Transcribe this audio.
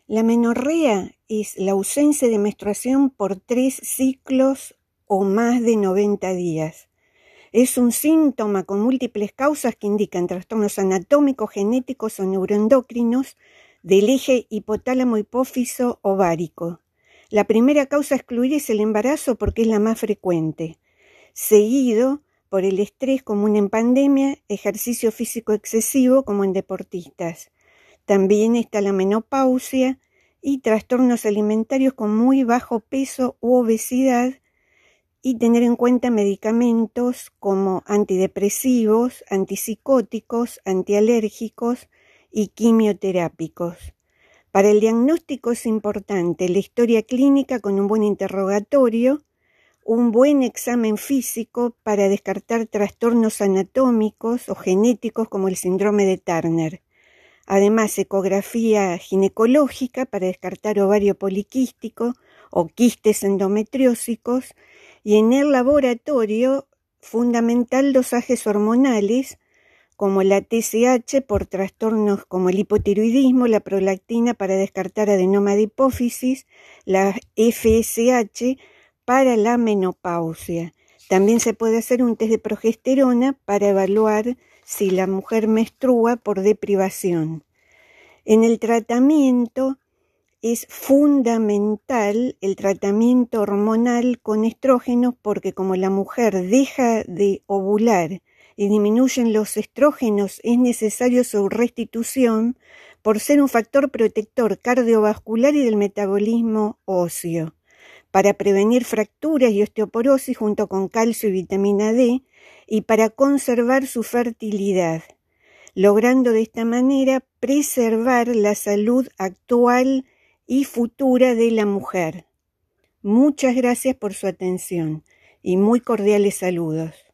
La menorrea es la ausencia de menstruación por 3 ciclos o más de 90 días. Es un síntoma con múltiples causas que indican trastornos anatómicos, genéticos o neuroendocrinos del eje hipotálamo-hipófiso ovárico. La primera causa a excluir es el embarazo porque es la más frecuente, seguido por el estrés común en pandemia, ejercicio físico excesivo como en deportistas. También está la menopausia y trastornos alimentarios con muy bajo peso u obesidad, y tener en cuenta medicamentos como antidepresivos, antipsicóticos, antialérgicos y quimioterápicos. Para el diagnóstico es importante la historia clínica con un buen interrogatorio, un buen examen físico para descartar trastornos anatómicos o genéticos como el síndrome de Turner. Además, ecografía ginecológica para descartar ovario poliquístico o quistes endometriósicos, y en el laboratorio fundamental dosajes hormonales como la TSH por trastornos como el hipotiroidismo, la prolactina para descartar adenoma de hipófisis, la FSH para la menopausia. También se puede hacer un test de progesterona para evaluar si la mujer menstrua por deprivación. En el tratamiento es fundamental el tratamiento hormonal con estrógenos porque como la mujer deja de ovular y disminuyen los estrógenos, es necesario su restitución por ser un factor protector cardiovascular y del metabolismo óseo, para prevenir fracturas y osteoporosis junto con calcio y vitamina D y para conservar su fertilidad, logrando de esta manera preservar la salud actual y futura de la mujer. Muchas gracias por su atención y muy cordiales saludos.